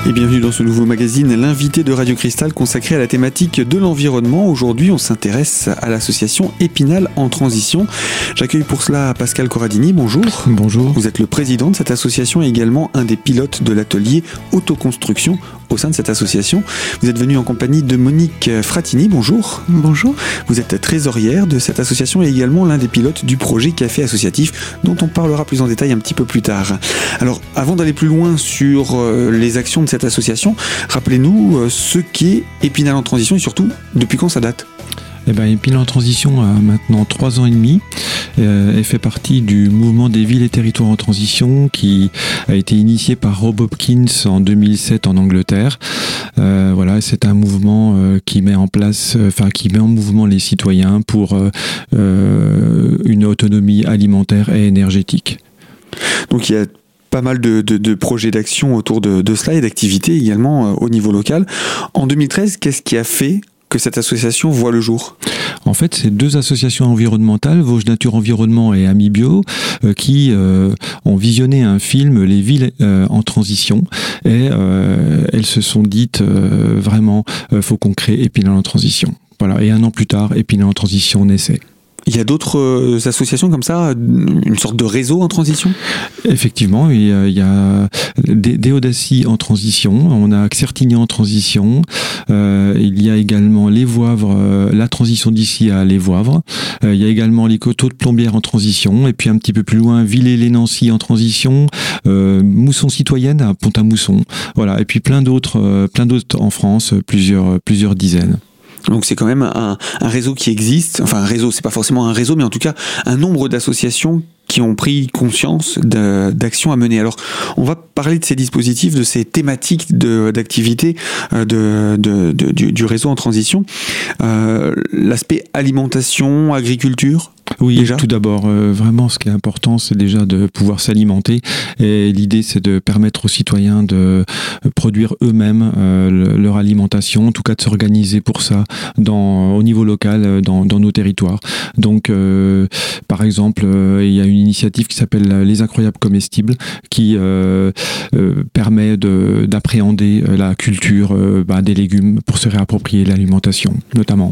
Et bienvenue dans ce nouveau magazine, l'invité de Radio Cristal consacré à la thématique de l'environnement. Aujourd'hui, on s'intéresse à l'association Épinal en transition. J'accueille pour cela Pascal Corradini, bonjour. Bonjour. Vous êtes le président de cette association et également un des pilotes de l'atelier autoconstruction au sein de cette association. Vous êtes venu en compagnie de Monique Fratini, bonjour. Bonjour. Vous êtes trésorière de cette association et également l'un des pilotes du projet Café Associatif, dont on parlera plus en détail un petit peu plus tard. Alors, avant d'aller plus loin sur les actions de cette association, rappelez-nous ce qu'est Épinal en transition et surtout, depuis quand ça date ? Épinal en transition a maintenant 3 ans et demi et fait partie du mouvement des villes et territoires en transition qui a été initié par Rob Hopkins en 2007 en Angleterre. C'est un mouvement qui met en mouvement les citoyens pour une autonomie alimentaire et énergétique. Donc il y a pas mal de projets d'action autour de cela et d'activités également au niveau local. En 2013, qu'est-ce qui a fait que cette association voit le jour ? En fait, c'est 2 associations environnementales, Vosges Nature Environnement et Ami Bio, qui ont visionné un film, Les villes en transition, et elles se sont dites vraiment, faut qu'on crée Épinal en transition. Voilà. Et 1 an plus tard, Épinal en transition naissait. Il y a d'autres associations comme ça, une sorte de réseau en transition ? Effectivement, il y a des Audacy en transition, on a Certigny en transition, il y a également les Voivres, la transition d'ici à les Voivres, il y a également les Coteaux de Plombières en transition, et puis un petit peu plus loin, Villers-les-Nancy en transition, Mousson Citoyenne à Pont-à-Mousson, voilà, et puis plein d'autres en France, plusieurs dizaines. Donc c'est quand même un réseau qui existe, enfin un réseau, c'est pas forcément un réseau, mais en tout cas un nombre d'associations qui ont pris conscience d'actions à mener. Alors, on va parler de ces dispositifs, de ces thématiques d'activité du réseau en transition. L'aspect alimentation, agriculture. Oui, déjà. Tout d'abord, vraiment, ce qui est important, c'est déjà de pouvoir s'alimenter. Et l'idée, c'est de permettre aux citoyens de produire eux-mêmes leur alimentation, en tout cas de s'organiser pour ça au niveau local, dans nos territoires. Donc, par exemple, il y a une initiative qui s'appelle Les Incroyables Comestibles, qui permet d'appréhender la culture des légumes pour se réapproprier l'alimentation, notamment.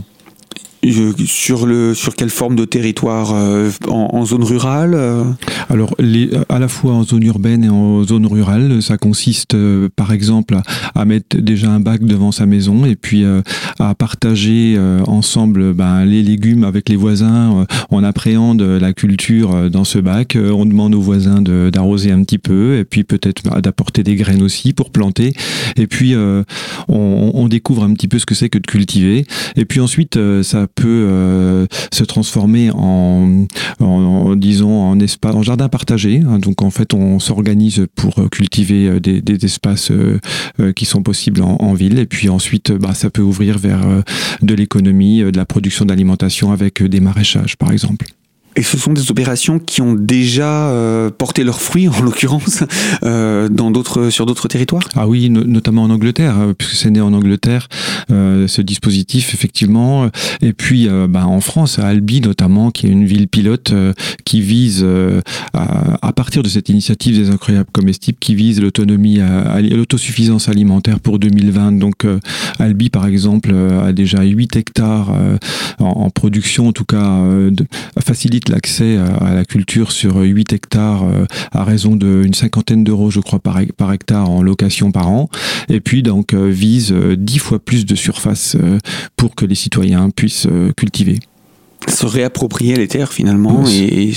Sur quelle forme de territoire en zone rurale Alors, à la fois en zone urbaine et en zone rurale, ça consiste par exemple à mettre déjà un bac devant sa maison et puis à partager ensemble les légumes avec les voisins. On appréhende la culture dans ce bac, on demande aux voisins d'arroser un petit peu et puis peut-être d'apporter des graines aussi pour planter. Et puis on découvre un petit peu ce que c'est que de cultiver. Et puis ensuite, ça peut se transformer en jardin partagé. Donc en fait, on s'organise pour cultiver des espaces qui sont possibles en ville. Et puis ensuite, ça peut ouvrir vers de l'économie, de la production d'alimentation avec des maraîchages, par exemple. Et ce sont des opérations qui ont déjà porté leurs fruits, en l'occurrence, sur d'autres territoires ? Ah oui, notamment en Angleterre, puisque c'est né en Angleterre, ce dispositif, effectivement. Et puis, en France, à Albi, notamment, qui est une ville pilote qui vise, à partir de cette initiative des Incroyables Comestibles, qui vise l'autonomie, l'autosuffisance alimentaire pour 2020. Donc, Albi, par exemple, a déjà 8 hectares en production, en tout cas, facilite l'accès à la culture sur 8 hectares à raison d'une 50aine d'euros, je crois, par hectare en location par an. Et puis, donc, vise 10 fois plus de surface pour que les citoyens puissent cultiver. Se réapproprier les terres, finalement, et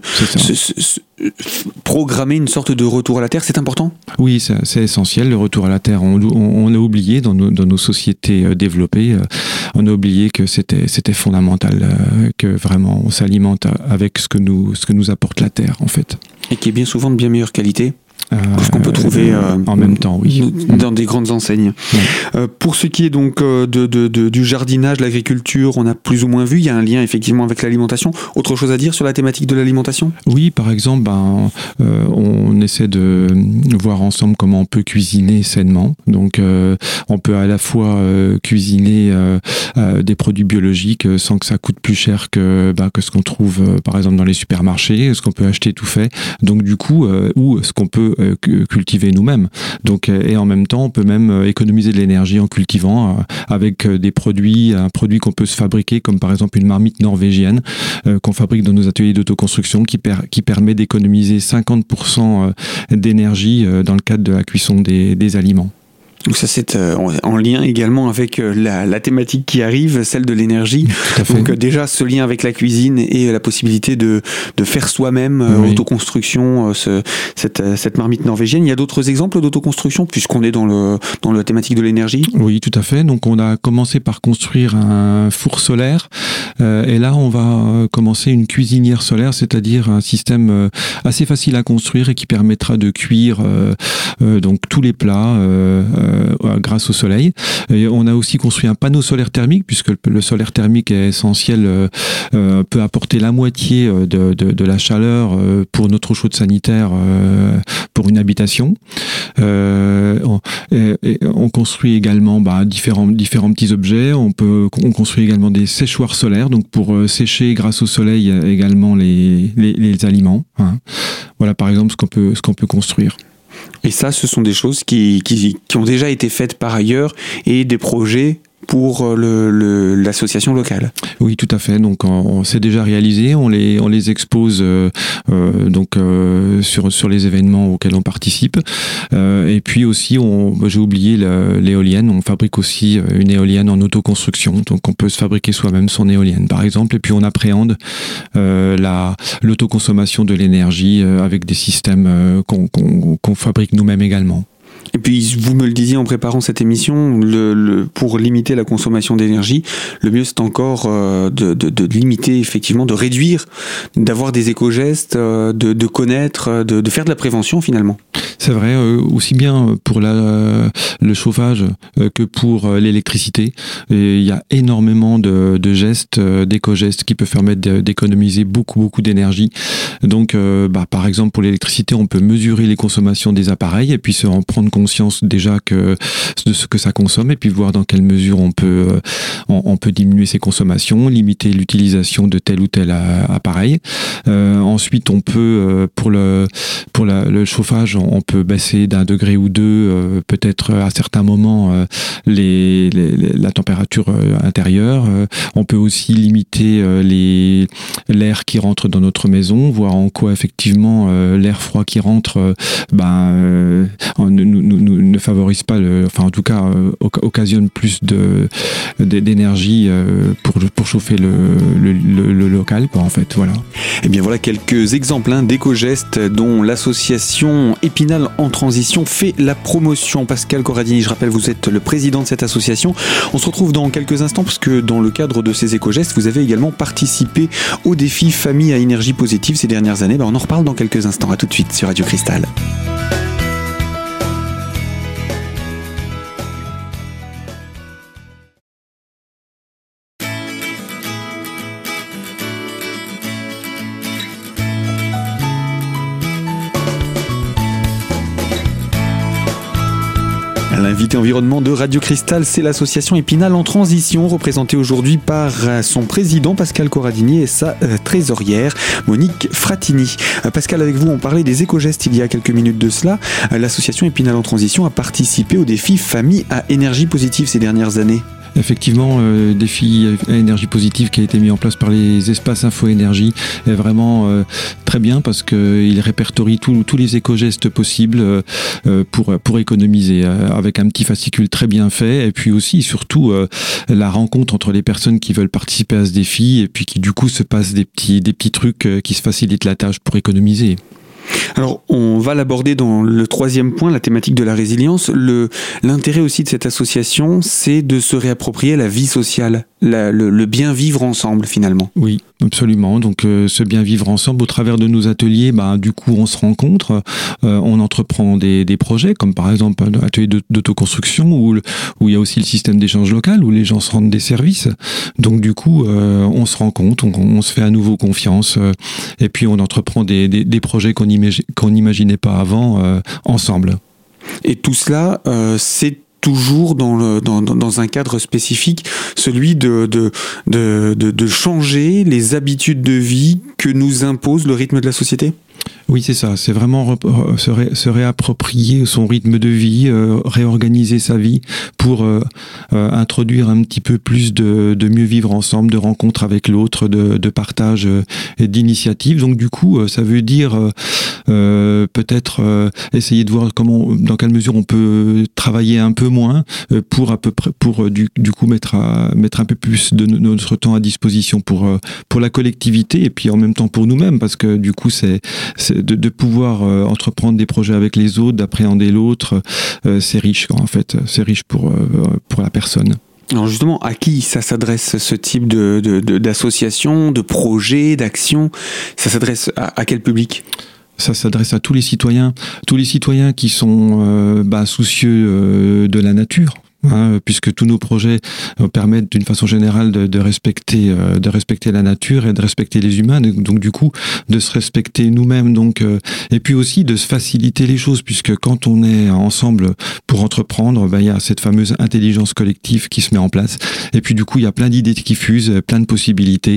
programmer une sorte de retour à la terre, c'est important ? Oui, c'est essentiel, le retour à la terre. On a oublié dans nos sociétés développées, on a oublié que c'était fondamental, que vraiment on s'alimente avec ce que nous apporte la terre, en fait. Et qui est bien souvent de bien meilleure qualité. Ce qu'on peut trouver en même temps, oui, dans des grandes enseignes. Pour ce qui est donc du jardinage, de l'agriculture, on a plus ou moins vu, il y a un lien effectivement avec l'alimentation. Autre chose à dire sur la thématique de l'alimentation ? Oui, par exemple, on essaie de voir ensemble comment on peut cuisiner sainement. Donc, on peut à la fois cuisiner des produits biologiques sans que ça coûte plus cher que ce qu'on trouve par exemple dans les supermarchés, ce qu'on peut acheter tout fait. Donc du coup, ou ce qu'on peut peut cultiver nous-mêmes. Donc, et en même temps, on peut même économiser de l'énergie en cultivant avec un produit qu'on peut se fabriquer, comme par exemple une marmite norvégienne qu'on fabrique dans nos ateliers d'autoconstruction qui permet d'économiser 50% d'énergie dans le cadre de la cuisson des aliments. Donc ça c'est en lien également avec la thématique qui arrive, celle de l'énergie. Donc déjà ce lien avec la cuisine et la possibilité de faire soi-même autoconstruction, cette marmite norvégienne. Il y a d'autres exemples d'autoconstruction puisqu'on est dans la thématique de l'énergie? Oui, tout à fait. Donc on a commencé par construire un four solaire et là on va commencer une cuisinière solaire, c'est-à-dire un système assez facile à construire et qui permettra de cuire donc tous les plats grâce au soleil. Et on a aussi construit un panneau solaire thermique, puisque le solaire thermique est essentiel, peut apporter la moitié de la chaleur pour notre eau chaude sanitaire pour une habitation. On construit également différents petits objets. On construit également des séchoirs solaires, donc pour sécher grâce au soleil également les aliments. Voilà par exemple ce qu'on peut construire. Et ça, ce sont des choses qui ont déjà été faites par ailleurs et des projets pour l'association locale. Oui, tout à fait. Donc, on s'est déjà réalisé. On les expose sur les événements auxquels on participe. Et puis aussi, j'ai oublié l'éolienne. On fabrique aussi une éolienne en autoconstruction. Donc, on peut se fabriquer soi-même son éolienne, par exemple. Et puis, on appréhende l'autoconsommation de l'énergie avec des systèmes qu'on fabrique nous-mêmes également. Et puis, vous me le disiez en préparant cette émission, pour limiter la consommation d'énergie, le mieux c'est encore de limiter, effectivement, de réduire, d'avoir des éco-gestes, de connaître, de faire de la prévention finalement. C'est vrai, aussi bien pour le chauffage que pour l'électricité. Et il y a énormément de gestes, d'éco-gestes qui peuvent permettre d'économiser beaucoup d'énergie. Donc, par exemple, pour l'électricité, on peut mesurer les consommations des appareils et puis en prendre conscience déjà de ce que ça consomme et puis voir dans quelle mesure on peut diminuer ses consommations, limiter l'utilisation de tel ou tel appareil. Ensuite, on peut, pour le chauffage, on peut baisser d'1 degré ou 2, peut-être à certains moments, la température intérieure. On peut aussi limiter l'air qui rentre dans notre maison, voir en quoi effectivement l'air froid qui rentre ne favorise pas, en tout cas occasionne plus d'énergie pour chauffer le local, en fait, voilà. Et bien voilà quelques exemples d'éco-gestes dont l'association Épinal en transition fait la promotion. Pascal Corradini, je rappelle, vous êtes le président de cette association. On se retrouve dans quelques instants parce que dans le cadre de ces éco-gestes, vous avez également participé au défi Famille à énergie positive ces dernières années. On en reparle dans quelques instants. À tout de suite sur Radio Cristal. L'invité environnement de Radio Cristal, c'est l'association Épinal en transition, représentée aujourd'hui par son président Pascal Corradini et sa trésorière Monique Fratini. Pascal, avec vous, on parlait des éco-gestes il y a quelques minutes de cela. L'association Épinal en transition a participé au défi Famille à énergie positive ces dernières années. Effectivement, défi à énergie positive qui a été mis en place par les espaces Info Énergie est vraiment très bien parce qu'il répertorie tous les éco-gestes possibles pour économiser avec un petit fascicule très bien fait et puis aussi surtout la rencontre entre les personnes qui veulent participer à ce défi et puis qui du coup se passent des petits trucs qui se facilitent la tâche pour économiser. Alors, on va l'aborder dans le troisième point, la thématique de la résilience. L'intérêt aussi de cette association, c'est de se réapproprier la vie sociale, le bien vivre ensemble finalement. Oui, absolument. Donc, ce bien vivre ensemble, au travers de nos ateliers, du coup, on se rencontre, on entreprend des projets, comme par exemple un atelier d'autoconstruction où il y a aussi le système d'échange local, où les gens se rendent des services. Donc, du coup, on se rencontre, on se fait à nouveau confiance, et puis on entreprend des projets qu'on n'imaginait pas avant ensemble. Et tout cela, c'est toujours dans un cadre spécifique, celui de changer les habitudes de vie que nous impose le rythme de la société ? Oui, c'est ça. C'est vraiment se réapproprier son rythme de vie, réorganiser sa vie pour introduire un petit peu plus de mieux vivre ensemble, de rencontres avec l'autre, de partage et d'initiative. Donc du coup, ça veut dire peut-être essayer de voir dans quelle mesure on peut travailler un peu moins pour du coup mettre un peu plus de notre temps à disposition pour la collectivité et puis en même temps pour nous-mêmes, parce que du coup c'est de pouvoir entreprendre des projets avec les autres, d'appréhender l'autre, c'est riche en fait, c'est riche pour la personne. Alors justement, à qui ça s'adresse ce type d'association, de projet, d'action ? Ça s'adresse à quel public ? Ça s'adresse à tous les citoyens qui sont soucieux de la nature. Puisque tous nos projets permettent d'une façon générale de respecter la nature et de respecter les humains, donc du coup de se respecter nous-mêmes, et puis aussi de se faciliter les choses, puisque quand on est ensemble pour entreprendre, il y a cette fameuse intelligence collective qui se met en place, et puis du coup il y a plein d'idées qui fusent, plein de possibilités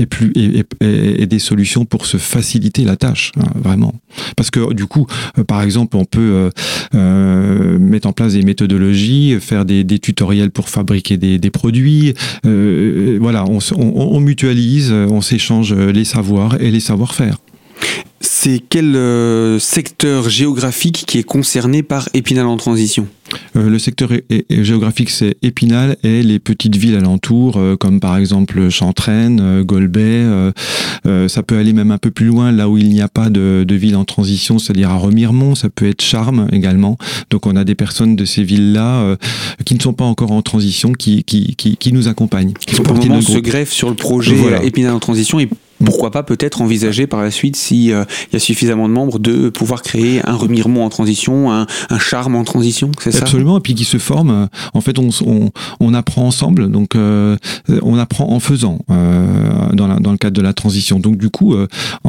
et des solutions pour se faciliter la tâche, vraiment, parce que du coup par exemple on peut mettre en place des méthodologies, faire des tutoriels pour fabriquer des produits. Voilà, on mutualise, on s'échange les savoirs et les savoir-faire. C'est quel secteur géographique qui est concerné par Épinal en transition ? Le secteur géographique, c'est Épinal et les petites villes alentours, comme par exemple Chantraine, Golbet. Ça peut aller même un peu plus loin, là où il n'y a pas de ville en transition, c'est-à-dire à Remiremont. Ça peut être Charmes également. Donc on a des personnes de ces villes-là qui ne sont pas encore en transition, qui nous accompagnent. Qui pour le moment se greffent sur le projet Épinal en transition et pourquoi pas peut-être envisager par la suite, s'il y a suffisamment de membres, de pouvoir créer un Remiremont en transition, un Charmes en transition, c'est ça ? Absolument, et puis qui se forment. En fait, on apprend ensemble, donc on apprend en faisant dans le cadre de la transition. Donc du coup,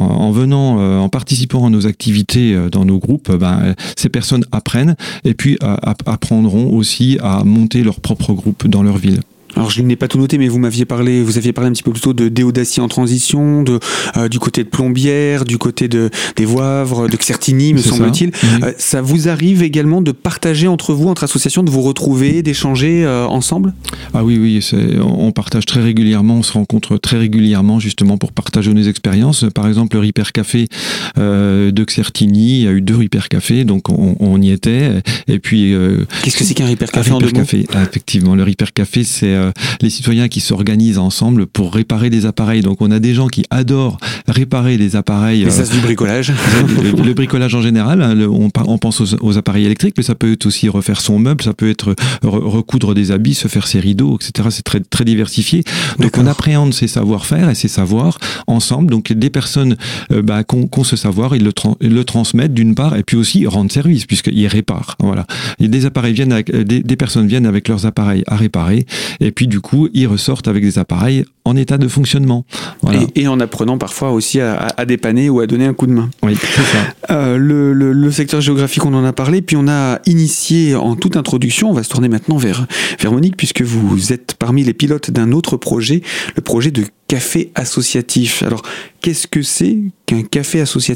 en participant à nos activités dans nos groupes, ces personnes apprennent et puis apprendront aussi à monter leur propre groupe dans leur ville. Alors je n'ai pas tout noté, mais vous aviez parlé un petit peu plus tôt de Déodacie en transition, du côté de Plombières, du côté des Voivres, de Certigny, me semble-t-il. Ça vous arrive également de partager entre associations, de vous retrouver, d'échanger ensemble ? Ah oui, on partage très régulièrement, on se rencontre très régulièrement justement pour partager nos expériences. Par exemple, le Ripper Café de Certigny, il y a eu 2 Ripper Café, donc on y était. Et puis qu'est-ce que c'est qu'un Ripper Café en 2 mots ? Effectivement, le Ripper Café, c'est les citoyens qui s'organisent ensemble pour réparer des appareils. Donc on a des gens qui adorent réparer les appareils. Mais ça c'est du bricolage. Le bricolage en général, on pense aux appareils électriques, mais ça peut être aussi refaire son meuble, ça peut être recoudre des habits, se faire ses rideaux, etc. C'est très, très diversifié. Donc on appréhende ces savoir-faire et ces savoirs ensemble. Donc des personnes qui ont ce savoir, ils le transmettent d'une part, et puis aussi rendent service, puisqu'ils réparent. Voilà. Et des personnes viennent avec leurs appareils à réparer, et puis du coup, ils ressortent avec des appareils en état de fonctionnement. Voilà. Et en apprenant parfois aussi à dépanner ou à donner un coup de main. Oui, c'est ça. Le secteur géographique, on en a parlé, puis on a initié en toute introduction, on va se tourner maintenant vers Monique, puisque vous êtes parmi les pilotes d'un autre projet, le projet de café associatif. Alors, qu'est-ce que c'est qu'un café associatif ?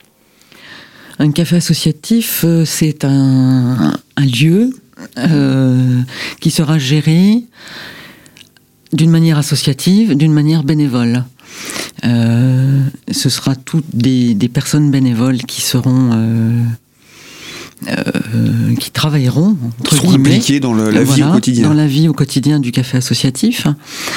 Un café associatif, c'est un lieu qui sera géré d'une manière associative, d'une manière bénévole. Ce sera toutes des personnes bénévoles qui seront qui travailleront entre guillemets, impliqués dans la vie au quotidien. Dans la vie au quotidien du café associatif.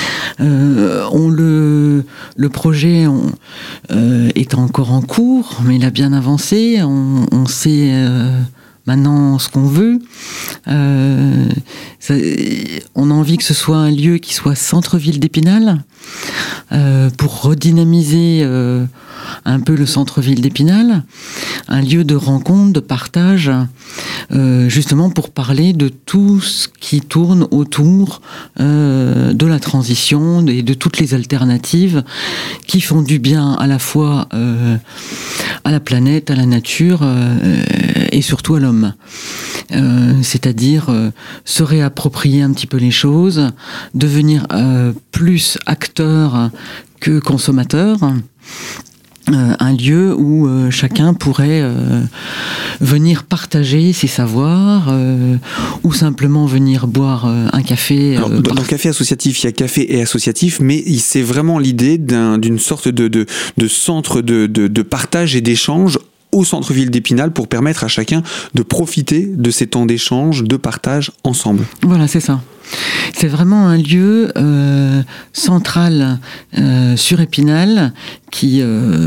Le projet est encore en cours, mais il a bien avancé. On sait maintenant ce qu'on veut. On a envie que ce soit un lieu qui soit centre-ville d'Épinal, pour redynamiser un peu le centre-ville d'Épinal, un lieu de rencontre, de partage, justement pour parler de tout ce qui tourne autour de la transition et de toutes les alternatives qui font du bien à la fois à la planète, à la nature et surtout à l'homme. C'est-à-dire se réapproprier un petit peu les choses, devenir plus acteur que consommateur. Un lieu où chacun pourrait venir partager ses savoirs ou simplement venir boire un café. Alors, dans le café associatif, il y a café et associatif, mais c'est vraiment l'idée d'une sorte de centre de partage et d'échange au centre-ville d'Épinal pour permettre à chacun de profiter de ces temps d'échange, de partage ensemble. Voilà, c'est ça. C'est vraiment un lieu central sur Épinal qui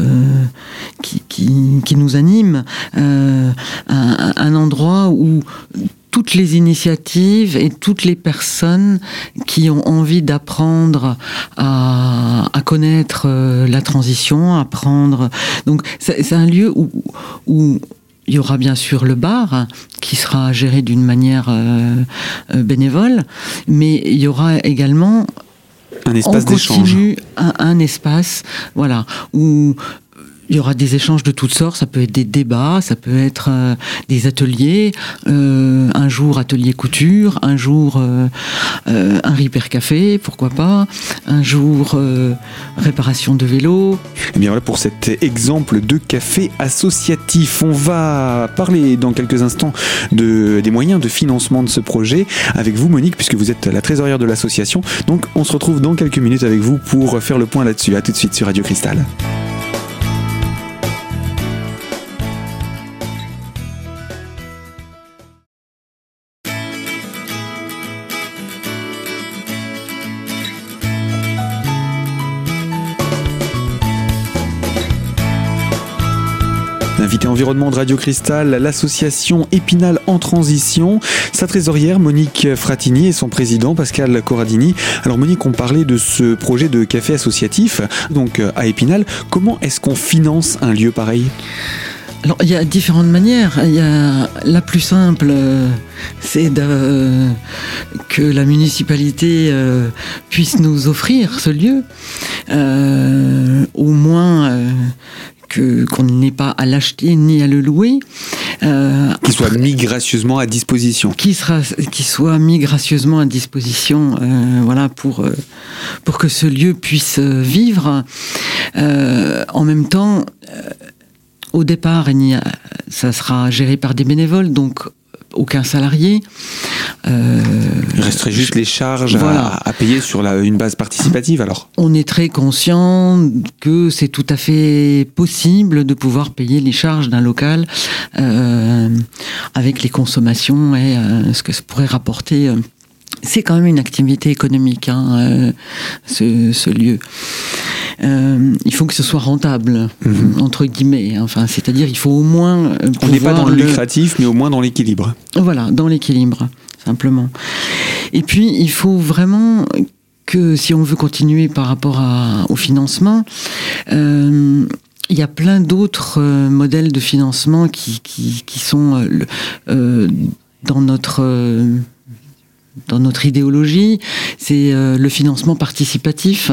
nous anime, un endroit où toutes les initiatives et toutes les personnes qui ont envie d'apprendre à connaître la transition, apprendre. Donc c'est un lieu où il y aura bien sûr le bar qui sera géré d'une manière bénévole, mais il y aura également un espace d'échange. Un espace, voilà, où il y aura des échanges de toutes sortes, ça peut être des débats, ça peut être des ateliers, un jour atelier couture, un jour un repair café, pourquoi pas, un jour réparation de vélo. Et bien voilà pour cet exemple de café associatif. On va parler dans quelques instants des moyens de financement de ce projet avec vous Monique, puisque vous êtes la trésorière de l'association. Donc on se retrouve dans quelques minutes avec vous pour faire le point là-dessus. À tout de suite sur Radio Cristal. Invité environnement de Radio Cristal, l'association Épinal en transition, sa trésorière Monique Fratini et son président Pascal Corradini. Alors Monique, on parlait de ce projet de café associatif, donc à Épinal. Comment est-ce qu'on finance un lieu pareil ? Alors, il y a différentes manières. Il y a la plus simple, c'est que la municipalité puisse nous offrir ce lieu, au moins qu'on n'ait pas à l'acheter ni à le louer. Qu'il soit mis gracieusement à disposition. Qui soit mis gracieusement à disposition, voilà, pour que ce lieu puisse vivre. En même temps, au départ, ça sera géré par des bénévoles, donc aucun salarié. Il resterait juste les charges à payer sur une base participative alors. On est très conscient que c'est tout à fait possible de pouvoir payer les charges d'un local avec les consommations et ce que ça pourrait rapporter. C'est quand même une activité économique, ce lieu. Il faut que ce soit rentable, entre guillemets. Enfin, c'est-à-dire, il faut au moins on n'est pas dans le lucratif, mais au moins dans l'équilibre. Voilà, dans l'équilibre, simplement. Et puis, il faut vraiment que, si on veut continuer par rapport au financement, il y a plein d'autres modèles de financement qui sont dans notre idéologie, c'est le financement participatif,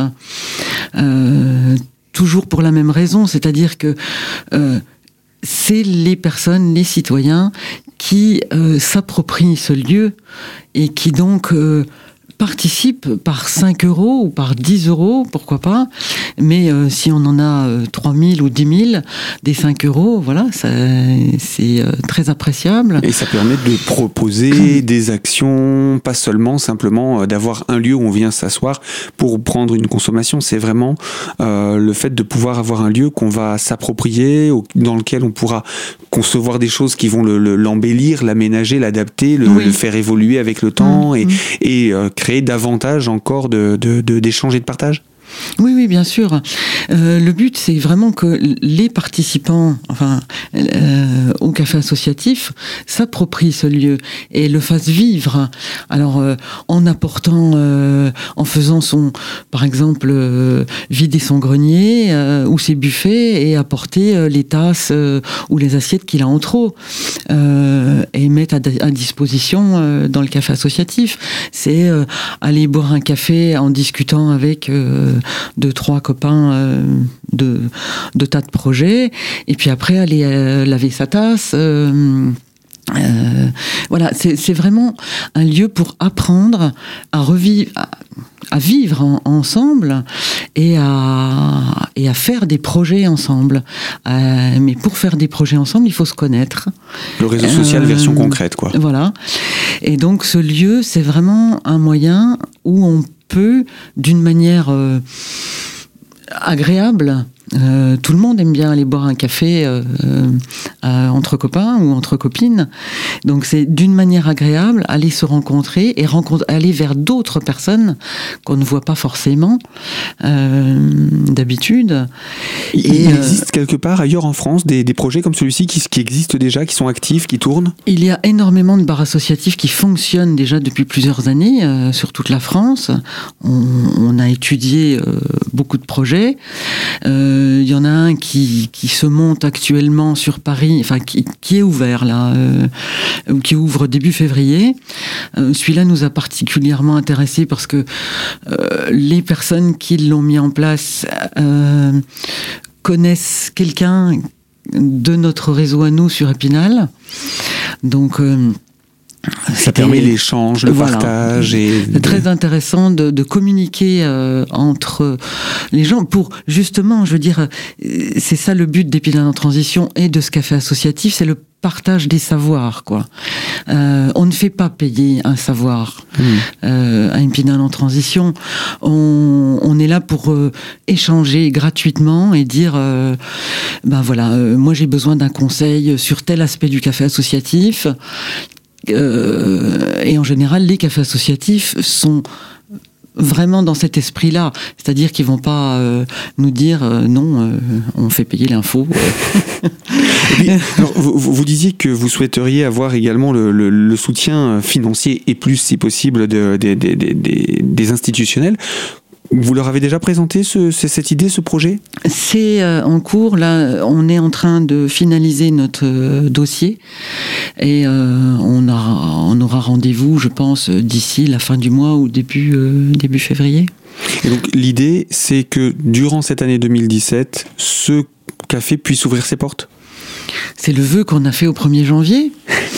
toujours pour la même raison, c'est-à-dire que c'est les personnes, les citoyens qui s'approprient ce lieu et qui donc participent par 5 € ou par 10 €, pourquoi pas, mais si on en a 3 000 ou 10 000, des 5 €, voilà, c'est très appréciable. Et ça permet de proposer des actions, pas simplement d'avoir un lieu où on vient s'asseoir pour prendre une consommation, c'est vraiment le fait de pouvoir avoir un lieu qu'on va s'approprier, dans lequel on pourra concevoir des choses qui vont l'embellir, l'aménager, l'adapter, le faire évoluer avec le temps et créer davantage encore d'échanges et de partage. Oui, bien sûr. Le but, c'est vraiment que les participants, au café associatif, s'approprient ce lieu et le fassent vivre. Alors, en apportant, en faisant par exemple, vider son grenier ou ses buffets et apporter les tasses ou les assiettes qu'il a en trop et mettre à disposition dans le café associatif. C'est aller boire un café en discutant avec 2-3 copains de tas de projets, et puis après aller laver sa tasse. Voilà, c'est vraiment un lieu pour apprendre à revivre, à vivre ensemble et à faire des projets ensemble. Mais pour faire des projets ensemble, il faut se connaître. Le réseau social version concrète, quoi. Voilà. Et donc ce lieu, c'est vraiment un moyen où on peut, d'une manière agréable, tout le monde aime bien aller boire un café entre copains ou entre copines. Donc c'est d'une manière agréable aller se rencontrer et aller vers d'autres personnes qu'on ne voit pas forcément d'habitude. Il existe quelque part ailleurs en France des projets comme celui-ci qui existent déjà, qui sont actifs, qui tournent ? Il y a énormément de bars associatifs qui fonctionnent déjà depuis plusieurs années sur toute la France. On a étudié beaucoup de projets. Il y en a un qui se monte actuellement sur Paris, qui est ouvert là, qui ouvre début février. Celui-là nous a particulièrement intéressés parce que les personnes qui l'ont mis en place connaissent quelqu'un de notre réseau à nous sur Épinal. Donc ça permet l'échange, le partage. C'est très intéressant de communiquer entre les gens pour, justement, je veux dire, c'est ça le but d'Épinal en transition et de ce café associatif, c'est le partage des savoirs, quoi. On ne fait pas payer un savoir à Épinal en transition. On est là pour échanger gratuitement et dire moi j'ai besoin d'un conseil sur tel aspect du café associatif. Et en général, les cafés associatifs sont vraiment dans cet esprit-là. C'est-à-dire qu'ils vont pas nous dire non, on fait payer l'info. Alors, vous disiez que vous souhaiteriez avoir également le soutien financier et plus, si possible, des institutionnels. Vous leur avez déjà présenté cette idée, ce projet ? C'est en cours. Là, on est en train de finaliser notre dossier et on aura rendez-vous, je pense, d'ici la fin du mois ou début février. Et donc l'idée, c'est que durant cette année 2017, ce café puisse ouvrir ses portes ? C'est le vœu qu'on a fait au 1er janvier.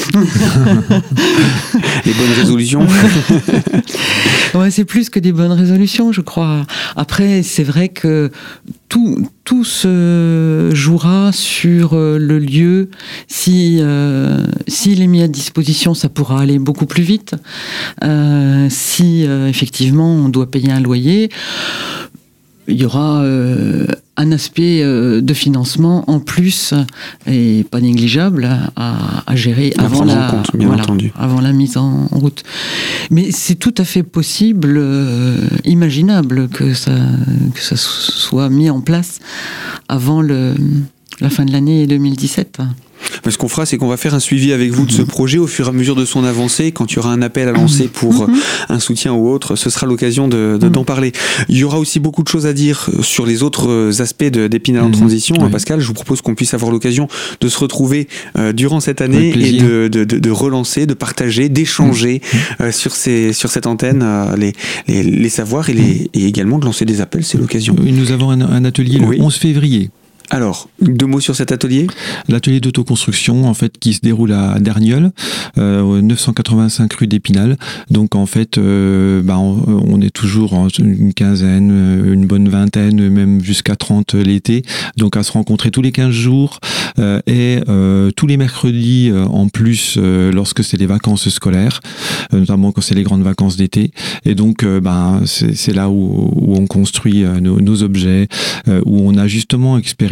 Les bonnes résolutions. Ouais, c'est plus que des bonnes résolutions, je crois. Après, c'est vrai que tout se jouera sur le lieu. S'il est mis à disposition, ça pourra aller beaucoup plus vite. Si effectivement on doit payer un loyer, il y aura un aspect de financement en plus et pas négligeable à gérer avant la mise en route. Mais c'est tout à fait possible, imaginable que ça soit mis en place avant la fin de l'année 2017. Ce qu'on fera, c'est qu'on va faire un suivi avec vous de ce projet au fur et à mesure de son avancée. Quand il y aura un appel à lancer pour un soutien ou autre, ce sera l'occasion d'en parler. Il y aura aussi beaucoup de choses à dire sur les autres aspects d'Épinal en transition. Oui. Pascal, je vous propose qu'on puisse avoir l'occasion de se retrouver durant cette année et de relancer, de partager, d'échanger sur cette antenne les savoirs et également de lancer des appels. C'est l'occasion. Nous avons un atelier le 11 février. Alors, 2 mots sur cet atelier ? L'atelier d'autoconstruction, en fait, qui se déroule à Dernieul, 985 rue d'Épinal. Donc, en fait, on est toujours une quinzaine, une bonne vingtaine, même jusqu'à 30 l'été. Donc, à se rencontrer tous les 15 jours et tous les mercredis, en plus, lorsque c'est les vacances scolaires, notamment quand c'est les grandes vacances d'été. Et donc, c'est là où on construit nos objets, où on a justement expérimenté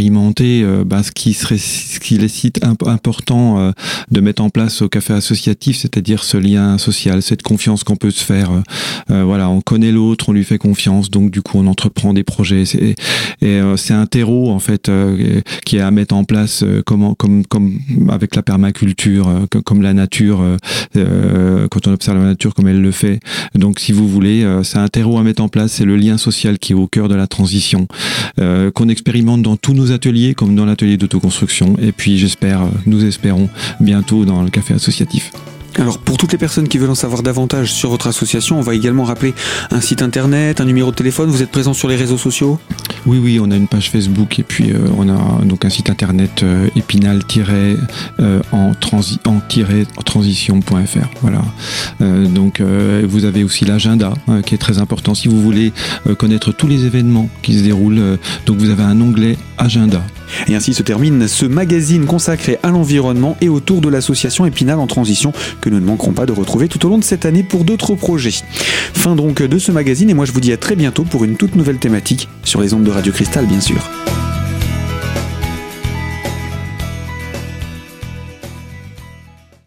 expérimenter ce qui est si important de mettre en place au café associatif, c'est-à-dire ce lien social, cette confiance qu'on peut se faire. On connaît l'autre, on lui fait confiance, donc du coup on entreprend des projets. C'est un terreau en fait qui est à mettre en place comme avec la permaculture, comme la nature, quand on observe la nature comme elle le fait. Donc si vous voulez, c'est un terreau à mettre en place, c'est le lien social qui est au cœur de la transition, qu'on expérimente dans tous nos ateliers, comme dans l'atelier d'autoconstruction, et puis nous espérons bientôt dans le café associatif. Alors pour toutes les personnes qui veulent en savoir davantage sur votre association, on va également rappeler un site internet, un numéro de téléphone. Vous êtes présent sur les réseaux sociaux ? Oui, on a une page Facebook et puis on a donc un site internet épinal-en-transition.fr. Voilà. Donc vous avez aussi l'agenda qui est très important si vous voulez connaître tous les événements qui se déroulent. Donc vous avez un onglet agenda. Et ainsi se termine ce magazine consacré à l'environnement et autour de l'association Épinal en transition que nous ne manquerons pas de retrouver tout au long de cette année pour d'autres projets. Fin donc de ce magazine et moi je vous dis à très bientôt pour une toute nouvelle thématique sur les ondes de Radio Cristal bien sûr.